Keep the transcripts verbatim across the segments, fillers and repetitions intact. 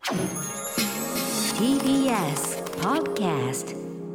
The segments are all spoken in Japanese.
ティービーエス Podcast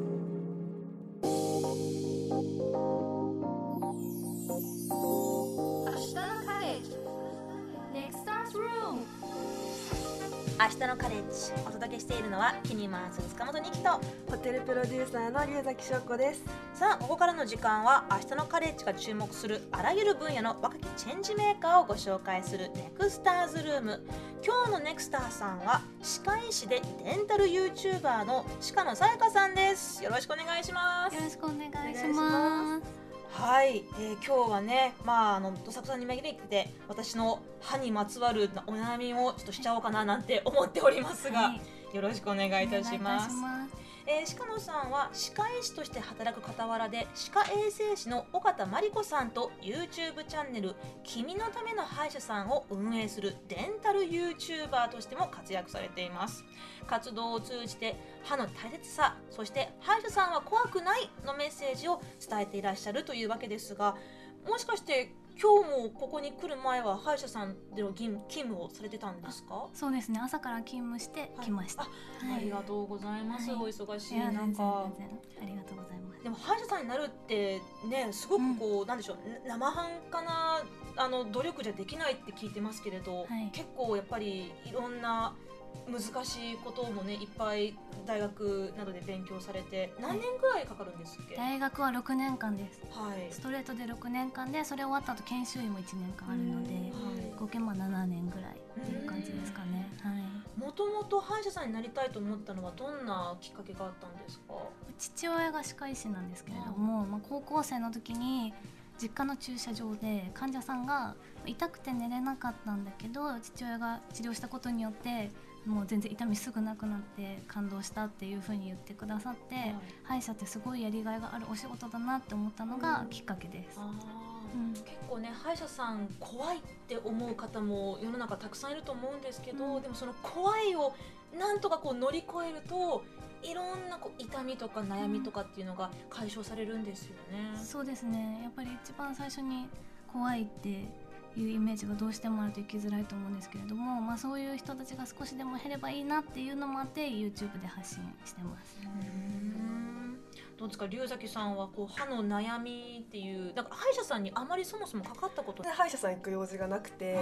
明日のカレッジお届けしているのはキニマンス塚本二希とホテルプロデューサーの龍崎翔子です。 さあここからの時間は明日のカレッジが注目するあらゆる分野の若きチェンジメーカーをご紹介するネクスターズルーム。今日のネクスターさんは歯科医師でデンタル YouTuber の鹿野さやかさんです。よろしくお願いします。 よろしくお願いします。 はい、えー、今日はね、まああのどさくさに紛れて私の歯にまつわるお悩みをちょっとしちゃおうかななんて思っておりますが、はい、よろしくお願いいたします。えー、鹿野さんは歯科医師として働く傍らで歯科衛生士の尾形真理子さんと YouTube チャンネル君のための歯医者さんを運営するデンタル YouTuber としても活躍されています。活動を通じて歯の大切さ、そして歯医者さんは怖くないのメッセージを伝えていらっしゃるというわけですが、もしかして今日もここに来る前は歯医者さんでの勤務をされてたんですか？ そうですね、朝から勤務してきました。 はい、あ、はい、ありがとうございます。はい、お忙しい中。 いや全然全然ありがとうございます。 でも歯医者さんになるってね、すごくこう、うん、なんでしょう、生半可なあの努力じゃできないって聞いてますけれど、はい、結構やっぱりいろんな難しいこともねいっぱい大学などで勉強されて何年ぐらいかかるんですっけ？ 大学はろくねんかんです。 はい、 ストレートでろくねんかんで、それ終わった後研修医もいちねんかんあるので、はい、合計まあななねんぐらいっていう感じですかね。 もともと歯医者さんになりたいと思ったのはどんなきっかけがあったんですか？ 父親が歯科医師なんですけれども、まあ、高校生の時に実家の駐車場で患者さんが痛くて寝れなかったんだけど、父親が治療したことによってもう全然痛みすぐなくなって感動したっていう風に言ってくださって、はい、歯医者ってすごいやりがいがあるお仕事だなって思ったのがきっかけです。 うん、結構ね歯医者さん怖いって思う方も世の中たくさんいると思うんですけど、うん、でもその怖いをなんとかこう乗り越えるといろんなこう痛みとか悩みとかっていうのが解消されるんですよね。 うん、そうですね、やっぱり一番最初に怖いっていうイメージがどうしてもあると生きづらいと思うんですけれども、まあ、そういう人たちが少しでも減ればいいなっていうのもあって YouTube で発信してます。 うーん、どうですか龍崎さんはこう歯の悩みっていうなんか歯医者さんにあまりそもそもかかったこと歯医者さん行く用事がなくて、はい、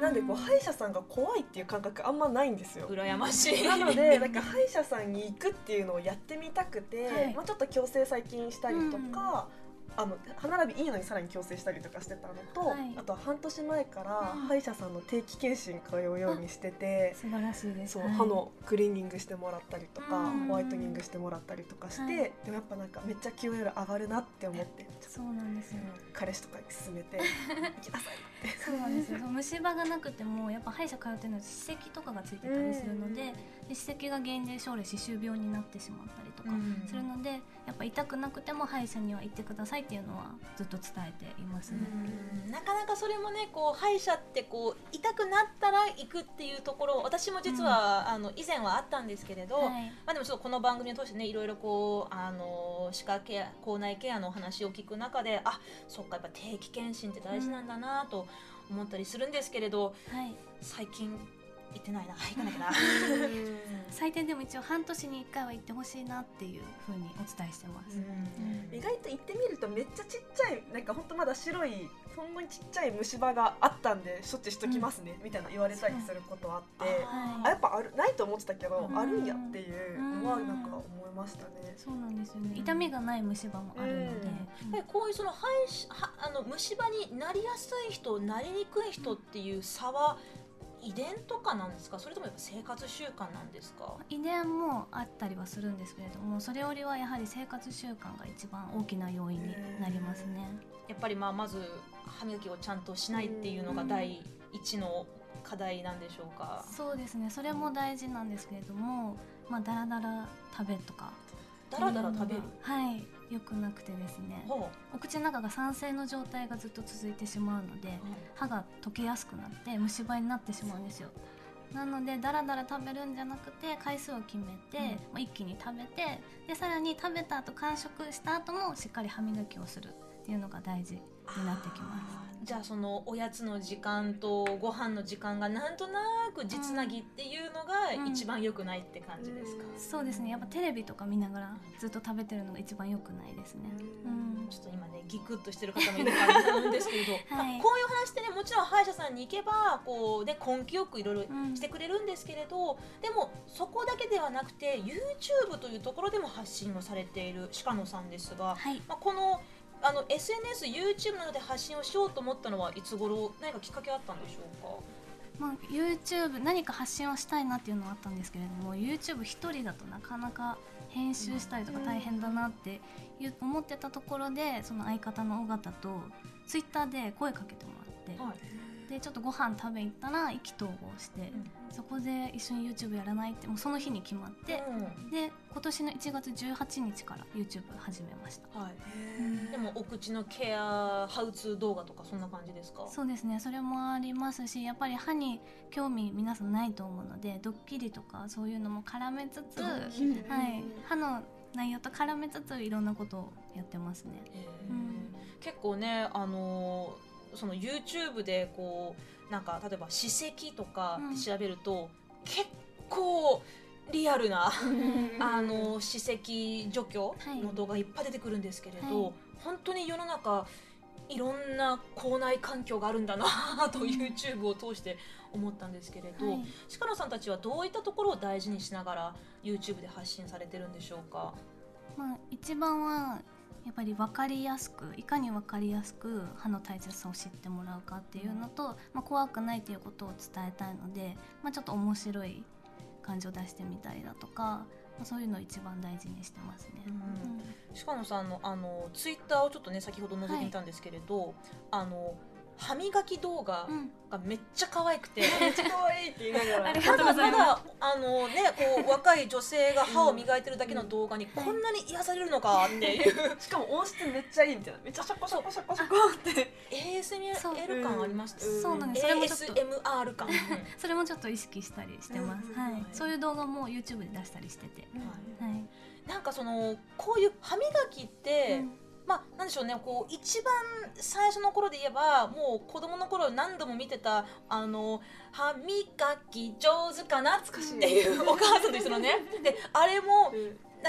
なんでこう歯医者さんが怖いっていう感覚あんまないんですよ。 羨ましい。 なのでなんか歯医者さんに行くっていうのをやってみたくて、はい、まあ、ちょっと矯正最近したりとか、あの歯並びいいのにさらに矯正したりとかしてたのと、はい、あとは半年前から歯医者さんの定期検診通うようにしてて、 素晴らしいです。 そう、はい、歯のクリーニングしてもらったりとかホワイトニングしてもらったりとかして、はい、でもやっぱなんかめっちゃ キューエル 上がるなって思って、 そうなんですよ、 彼氏とかに勧めて行きなさいってそうなんですよ。虫歯がなくてもやっぱ歯医者通ってるのは歯石とかがついてたりするので、で歯石が原因で将来歯周病になってしまったりとかするので、やっぱ痛くなくても歯医者には行ってくださいっていうのはずっと伝えていますね。 うん、なかなかそれもねこう歯医者ってこう痛くなったら行くっていうところ、私も実は、うん、あの以前はあったんですけれど、はい、まあ、でもちょっとこの番組を通してねいろいろこうあの歯科ケア口内ケアのお話を聞く中で、あ、そっかやっぱ定期検診って大事なんだなと思ったりするんですけれど、うん、はい、最近行ってないな、行かなきゃな最低でも一応半年にいっかいは行ってほしいなっていう風にお伝えしてます。 うん、意外と行ってみるとめっちゃちっちゃい、なんかほんとまだ白いそんなにちっちゃい虫歯があったんで処置しときますね、うん、みたいな言われたりすることあって、あ、やっぱあるないと思ってたけど、うん、あるんやっていうのはなんか思いましたね。 そうなんですよね、痛みがない虫歯もあるので、 うんうん、こういうその歯あの虫歯になりやすい人なりにくい人っていう差は遺伝とかなんですか、それともやっぱ生活習慣なんですか？ 遺伝もあったりはするんですけれども、それよりはやはり生活習慣が一番大きな要因になりますね。 やっぱりまあまず歯磨きをちゃんとしないっていうのが第一の課題なんでしょうか？ そうですね、それも大事なんですけれども、まあ、だらだら食べとかだらだら食べる、 はい、良くなくてですね、お口の中が酸性の状態がずっと続いてしまうので、歯が溶けやすくなって虫歯になってしまうんですよ。なのでだらだら食べるんじゃなくて回数を決めて、うん、一気に食べて、でさらに食べた後完食した後もしっかり歯磨きをするっていうのが大事になってきます。 じゃあそのおやつの時間とご飯の時間がなんとなく実なぎっていうのが一番良くないって感じですか？ うん、そうですね。やっぱテレビとか見ながらずっと食べてるのが一番良くないですね。うん、 ちょっと今ねギクッとしてる方もいるかと思うんですけれど、はい、まあ、こういう話ってねもちろん歯医者さんに行けばこう、ね、根気よくいろいろしてくれるんですけれど、うん、でもそこだけではなくて YouTube というところでも発信をされている鹿野さんですが、はい、まあ、このあの エスエヌエス、YouTube などで発信をしようと思ったのはいつ頃、何かきっかけあったんでしょうか？ まあ、YouTube 何か発信をしたいなっていうのはあったんですけれども、 YouTube 一人だとなかなか編集したりとか大変だなっていう思ってたところで、その相方の尾形と Twitter で声かけてもらって、はい、でちょっとご飯食べ行ったら意気投合して、うん、そこで一緒に YouTube やらないってもうその日に決まって、うん、で今年のいちがつじゅうはちにちから YouTube 始めました。はい、 うん、でもお口のケアハウツー動画とかそんな感じですか？ そうですね、それもありますし、やっぱり歯に興味皆さんないと思うのでドッキリとかそういうのも絡めつつ、はい、歯の内容と絡めつついろんなことをやってますね。 うん、結構ね、あのー、その YouTube でこうなんか例えば歯石とか調べると、うん、結構リアルなあの歯石除去の動画いっぱい出てくるんですけれど、はい、本当に世の中いろんな口内環境があるんだなと YouTube を通して思ったんですけれど、はい、鹿野さんたちはどういったところを大事にしながら YouTube で発信されてるんでしょうか？ まあ、一番はやっぱり分かりやすく、いかに分かりやすく歯の大切さを知ってもらうかっていうのと、まあ、怖くないということを伝えたいので、まあ、ちょっと面白い感じを出してみたりだとか、まあ、そういうのを一番大事にしてますね。うんうん、 鹿野さんのあのツイッターをちょっとね先ほど覗いてみたんですけれど、はい、あの歯磨き動画がめっちゃ可愛くて、 うん、めっちゃ可愛いって言いながらありがとうございます。 まだあのねこう若い女性が歯を磨いてるだけの動画にこんなに癒されるのかっていう、 うん、しかも音質めっちゃいいみたいな、めっちゃシャコシャコシャコシャコってエーエスエムアール 感ありました。 そうなんです。それもちょっとエーエスエムアール 感それもちょっと意識したりしてます、うん、はい、はい、そういう動画も YouTube で出したりしてて、はいはい、 なんかそのこういう歯磨きって、うん、まあ、なんでしょうね、こう一番最初の頃で言えばもう子供の頃何度も見てたあの歯磨き上手かなっていうお母さんと一緒のねであれも、うん、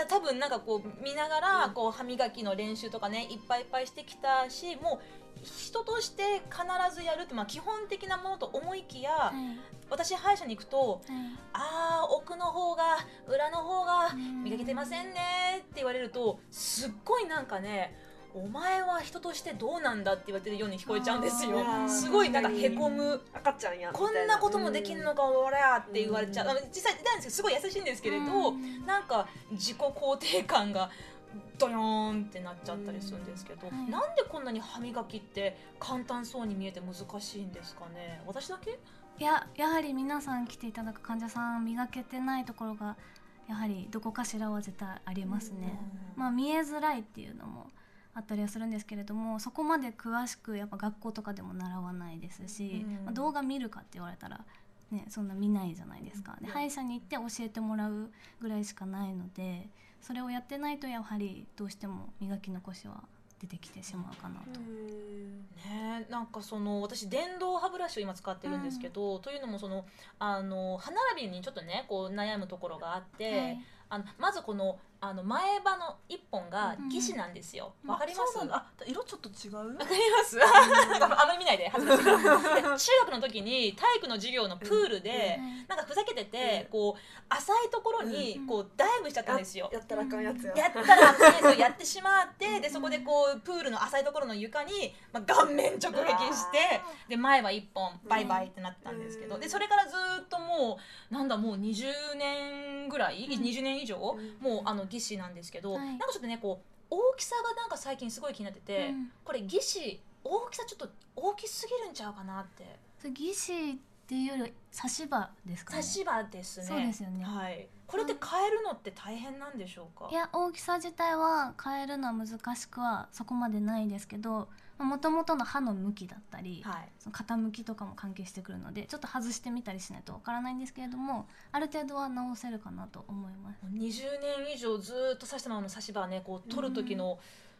多分なんかこう見ながらこう歯磨きの練習とかねいっぱいいっぱいしてきたし、もう人として必ずやるって、まあ、基本的なものと思いきや、はい、私歯医者に行くと、はい、あー奥の方が裏の方が磨けてませんねって言われるとすっごいなんかね、お前は人としてどうなんだって言われてるように聞こえちゃうんですよ。すごいなんかへこむ、 赤ちゃんやこんなこともできるのか俺はって言われちゃう。実際なんですけどすごい優しいんですけれど、なんか自己肯定感がドヨーンってなっちゃったりするんですけど、はい、なんでこんなに歯磨きって簡単そうに見えて難しいんですかね？私だけ？ いや、やはり皆さん来ていただく患者さん磨けてないところがやはりどこかしらは絶対ありますね。まあ、見えづらいっていうのもあったりはするんですけれども、そこまで詳しくやっぱ学校とかでも習わないですし、まあ、動画見るかって言われたら、ね、そんな見ないじゃないですか。で、歯医者に行って教えてもらうぐらいしかないので、それをやってないとやはりどうしても磨き残しは出てきてしまうかなと。 ね、なんかその私電動歯ブラシを今使ってるんですけど、うん、というのもそのあの歯並びにちょっとねこう悩むところがあって、はい、あのまずこのあの前歯の一本が義歯なんですよ。わ、うん、かります？ あ、色ちょっと違う。わかります？あまり見ないで恥ずかしいからで中学の時に体育の授業のプールで、うん、なんかふざけてて、うん、こう浅いところにこうダイブしちゃったんですよ。 や, やったらあかんやつや。 やったらあかんやつをやってしまってでそこでこうプールの浅いところの床に、まあ、顔面直撃してで前歯一本バイバイってなったんですけど、でそれからずっともうなんだもうにじゅうねんぐらい、うん、にじゅうねん以上、うん、もうあの義歯なんですけど、はい、なんかちょっとねこう大きさがなんか最近すごい気になってて、うん、これ義歯大きさちょっと大きすぎるんちゃうかなって。 義歯っていうより差し歯ですかね？ 差し歯ですね。 そうですよね。 はい。これって変えるのって大変なんでしょうか？ いや、大きさ自体は変えるのは難しくはそこまでないですけど、もともとの歯の向きだったり、はい、その傾きとかも関係してくるのでちょっと外してみたりしないとわからないんですけれども、ある程度は直せるかなと思います。 にじゅうねん以上ずっと刺したままの差し歯ねこう取る時の、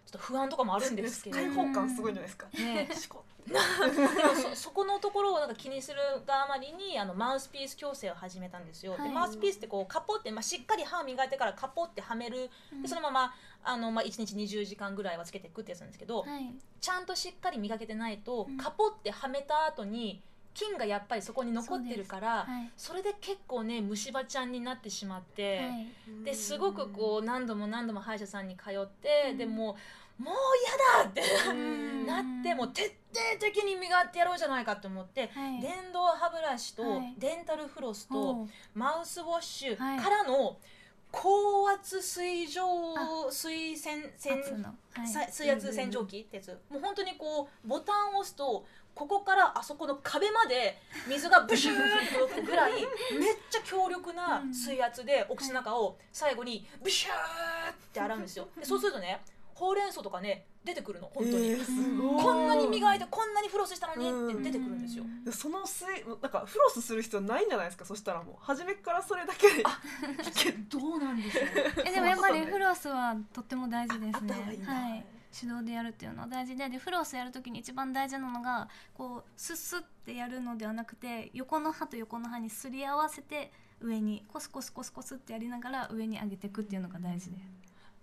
ちょっと不安とかもあるんですけど、 開放感すごいんじゃないですかねシコでも そ, そこのところをなんか気にするがあまりにあのマウスピース矯正を始めたんですよ、 はい、 でマウスピースってこうカポって、まあ、しっかり歯を磨いてからカポってはめる、うん、でそのままあの、まあ、いちにちにじゅうじかんぐらいはつけていくってやつなんですけど、 はい、 ちゃんとしっかり磨けてないと、 うん、 カポってはめた後に菌がやっぱりそこに残ってるから そ,、はい、それで結構ね虫歯ちゃんになってしまって、はい、ですごくこう何度も何度も歯医者さんに通って、うん、でももう嫌だってなっても徹底的に磨いてやろうじゃないかと思って、はい、電動歯ブラシとデンタルフロスとマウスウォッシュからの高圧水蒸水洗洗、はい、水圧洗浄機ってやつ、もう本当にこうボタンを押すとここからあそこの壁まで水がブシューって届くぐらいめっちゃ強力な水圧でお口の中を最後にブシューって洗うんですよ。でそうするとねほうれん草とかね出てくるの本当に、えー、すごいこんなに磨いてこんなにフロスしたのにって出てくるんですよ。 その水なんかフロスする必要ないんじゃないですか。そしたらもう初めからそれだけであどうなんでしょうえでもやっぱりフロスはとっても大事ですね。はい、手動でやるっていうのは大事 で, でフロスやるときに一番大事なのがこうスッスッってやるのではなくて横の歯と横の歯にすり合わせて上にコスコスコスコスってやりながら上に上げていくっていうのが大事です。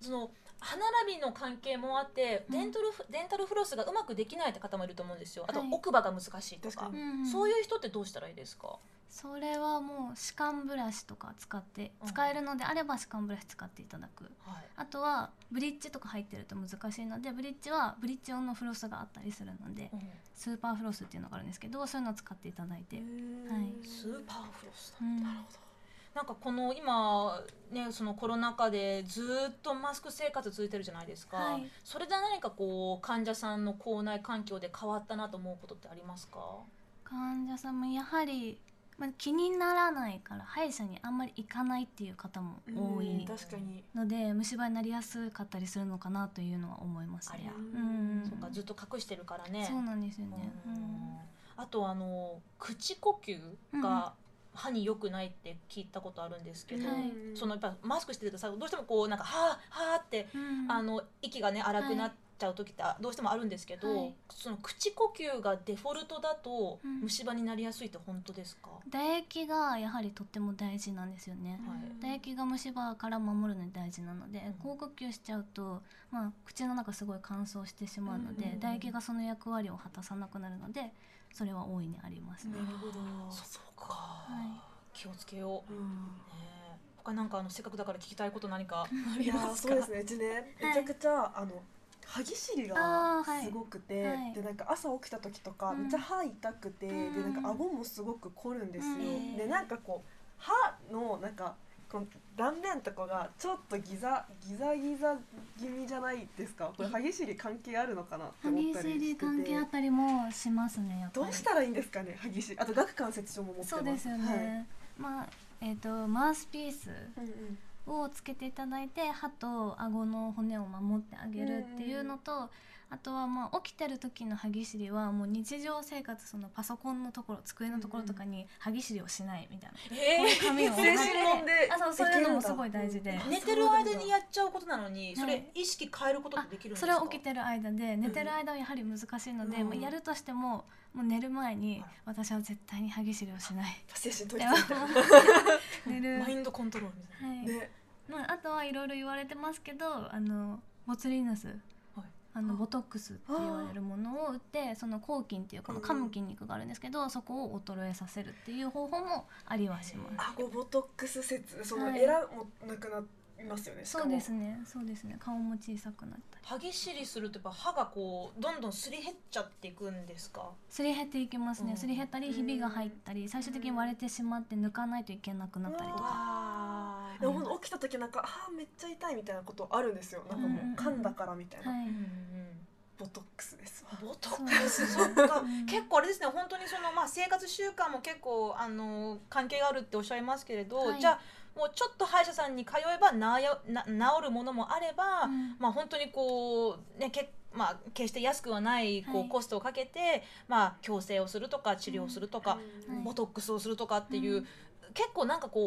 その歯並びの関係もあって、うん、デンタルデンタルフロスがうまくできないって方もいると思うんですよ。あと、はい、奥歯が難しいとか、うんうん、そういう人ってどうしたらいいですか。 それはもう歯間ブラシとか使って使えるのであれば歯間ブラシ使っていただく、はい、あとはブリッジとか入ってると難しいのでブリッジはブリッジ用のフロスがあったりするので、うん、スーパーフロスっていうのがあるんですけどそういうのを使っていただいて、はい、 スーパーフロス、うん、なるほど。なんかこの今ねそのコロナ禍でずっとマスク生活続いてるじゃないですか、はい、それで何かこう患者さんの口内環境で変わったなと思うことってありますか。 患者さんもやはり、まあ、気にならないから歯医者にあんまり行かないっていう方も多いので虫歯になりやすかったりするのかなというのは思いますね。 ありゃ、うん、そうかずっと隠してるからね。 そうなんですよね、うん、 あとあの口呼吸が、うん歯に良くないって聞いたことあるんですけど、はい、そのやっぱマスクしてるとさどうしてもこうなんかはぁはぁって、うん、あの息がね荒くなっちゃう時ってどうしてもあるんですけど、はい、その口呼吸がデフォルトだと虫歯になりやすいって本当ですか。 うん、唾液がやはりとっても大事なんですよね、はい、唾液が虫歯から守るのに大事なので、うん、口呼吸しちゃうと、まあ、口の中すごい乾燥してしまうので、うん、唾液がその役割を果たさなくなるのでそれは大いにありますね。 なるほど、そうか、はい、気をつけよう、うんね、他なんかあのせっかくだから聞きたいこと何かありますか。 いやそうですねうちねめちゃくちゃ、はい、あの歯ぎしりがすごくて、はい、でなんか朝起きた時とか、うん、めっちゃ歯痛くて、うん、でなんか顎もすごく凝るんですよ、うん、でなんかこう歯のなんかこの断面とかがちょっとギザギザギザ気味じゃないですか。これ歯ぎしり関係あるのかなって思ったりしてて。 歯ぎしり関係あったりもしますね。やっぱりどうしたらいいんですかね歯ぎしり。あと顎関節症も持ってます。 そうですよね、はい、まあえーとマウスピースをつけていただいて歯と顎の骨を守ってあげるっていうのと、うんうん、あとはまあ起きてる時の歯ぎしりはもう日常生活そのパソコンのところ机のところとかに歯ぎしりをしないみたいな、 えー、 こういう紙を精神論であそうそういうのもすごい大事で、 寝てる間にやっちゃうことなのにそれ意識変えることってできるんですか。 それは起きてる間で寝てる間はやはり難しいので、うん、まあ、やるとしてももう寝る前に私は絶対に歯ぎしりをしない、 精神統一みたいな寝るマインドコントロールみたいな、 はいね、まあ、あとはいろいろ言われてますけどあのボツリヌス、はい、あのボトックスって言われるものを打ってその抗菌っていうか噛む筋肉があるんですけど、うん、そこを衰えさせるっていう方法もありはします。 顎ボトックス説そのエラもなくなっていますよね。 そうですね、そうですね。顔も小さくなったり。 歯ぎしりするとやっぱ歯がこうどんどんすり減っちゃっていくんですか。 すり減っていきますね。うん、すり減ったりひびが入ったり、最終的に割れてしまって抜かないといけなくなったりとか。 でもほんと起きた時なんか歯めっちゃ痛いみたいなことあるんですよ。なんかもう噛んだからみたいな。はい、ボトックスですわ。 ボトックス、そっか、結構あれですね。本当にそのまあ生活習慣も結構あの関係があるっておっしゃいますけれど、はい、じゃあもうちょっと歯医者さんに通えばなよな治るものもあれば、うん、まあ本当にこうねけまあ決して安くはないこう、はい、コストをかけてまあ矯正をするとか治療をするとか、うん、ボトックスをするとかっていう、うん、結構なんかこう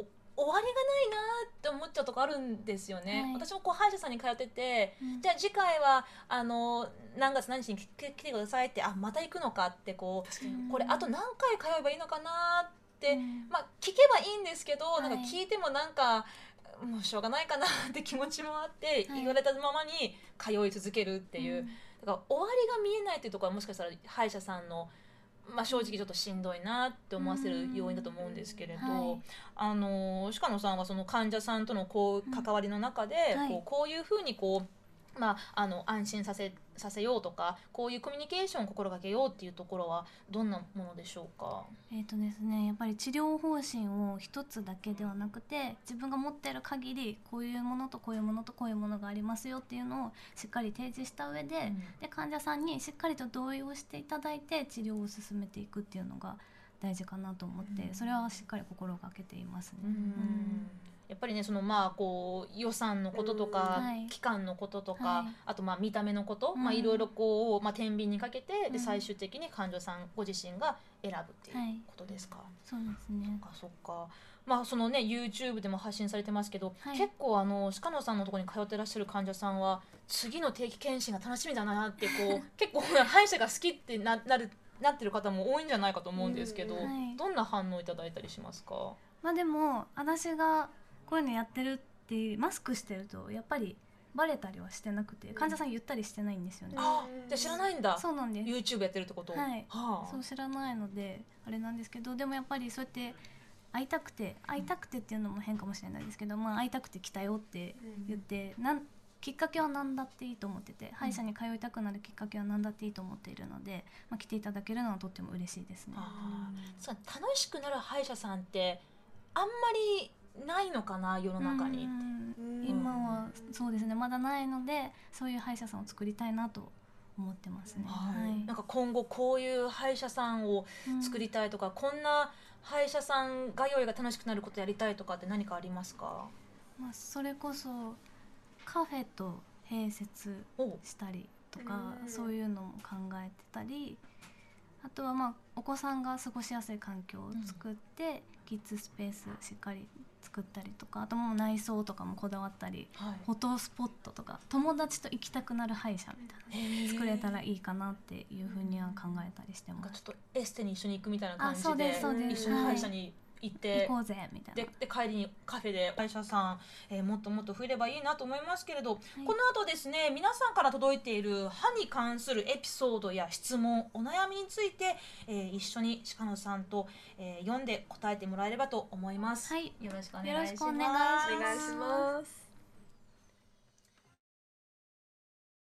終わりがないなって思っちゃうとこあるんですよね、はい、私もこう歯医者さんに通ってて、うん、じゃあ次回はあの何月何日に来てくださいって、あまた行くのかってこう、うん、これあと何回通えばいいのかなって、うん、まあ聞けばいいんですけど、はい、なんか聞いてもなんかもうしょうがないかなって気持ちもあって、はい、言われたままに通い続けるっていう、うん、だから終わりが見えないっていうところはもしかしたら歯医者さんのまあ、正直ちょっとしんどいなって思わせる要因だと思うんですけれど、はい、あの鹿野さんはその患者さんとのこう関わりの中で、うん、こうこういうふうにこう、まあ、あの安心させ、させようとか、こういうコミュニケーションを心がけようっていうところはどんなものでしょうか？ えーとですね、やっぱり治療方針を一つだけではなくて、自分が持っている限りこういうものとこういうものとこういうものがありますよっていうのをしっかり提示した上で、うん、で患者さんにしっかりと同意をしていただいて治療を進めていくっていうのが大事かなと思って、うん、それはしっかり心がけていますね。うん、うんやっぱりね、そのまあこう予算のこととか、はい、期間のこととか、はい、あとまあ見た目のこと、うん、まあいろいろこう、まあ、天秤にかけて、うん、で最終的に患者さんご自身が選ぶっていうことですか？はい、 そうですね。 そっかそっか。まあそのね YouTube でも発信されてますけど、はい、結構あの鹿野さんのところに通ってらっしゃる患者さんは次の定期検診が楽しみだなってこう結構歯医者が好きってな、なるなってる方も多いんじゃないかと思うんですけど、うんはい、どんな反応いただいたりしますか？ まあでも私がこういうのやってるってマスクしてるとやっぱりバレたりはしてなくて、患者さん言ったりしてないんですよね。 あ、じゃあ知らないんだ。 そうなんです。 YouTube やってるってこと？ はい、 はあ、 そう知らないのであれなんですけど、でもやっぱりそうやって会いたくて会いたくてっていうのも変かもしれないですけど、まあ、会いたくて来たよって言って、うん、なんきっかけは何だっていいと思ってて、歯医者に通いたくなるきっかけは何だっていいと思っているので、まあ、来ていただけるのはとっても嬉しいですね。 あ、そう、楽しくなる歯医者さんってあんまりないのかな、世の中に。 今はそうですね、まだないのでそういう歯医者さんを作りたいなと思ってますね。 はいはい、なんか今後こういう歯医者さんを作りたいとか、うん、こんな歯医者さん通いが楽しくなることやりたいとかって何かありますか？ まあ、それこそカフェと併設したりとか、そういうのも考えてたり、あとはまあお子さんが過ごしやすい環境を作って、うん、キッズスペースしっかり作ったりとか、あともう内装とかもこだわったり、はい、フォトスポットとか友達と行きたくなる歯医者みたいな作れたらいいかなっていうふうには考えたりしてます。 なんかちょっとエステに一緒に行くみたいな感じで、一緒に歯医者に行って、 行こうぜみたいな。 で, で帰りにカフェで歯医者さん、えー、もっともっと増えればいいなと思いますけれど、はい、この後ですね、皆さんから届いている歯に関するエピソードや質問、お悩みについて、えー、一緒に鹿野さんと、えー、読んで答えてもらえればと思います。 はい、 よろしくお願いします。 よろしくお願いします。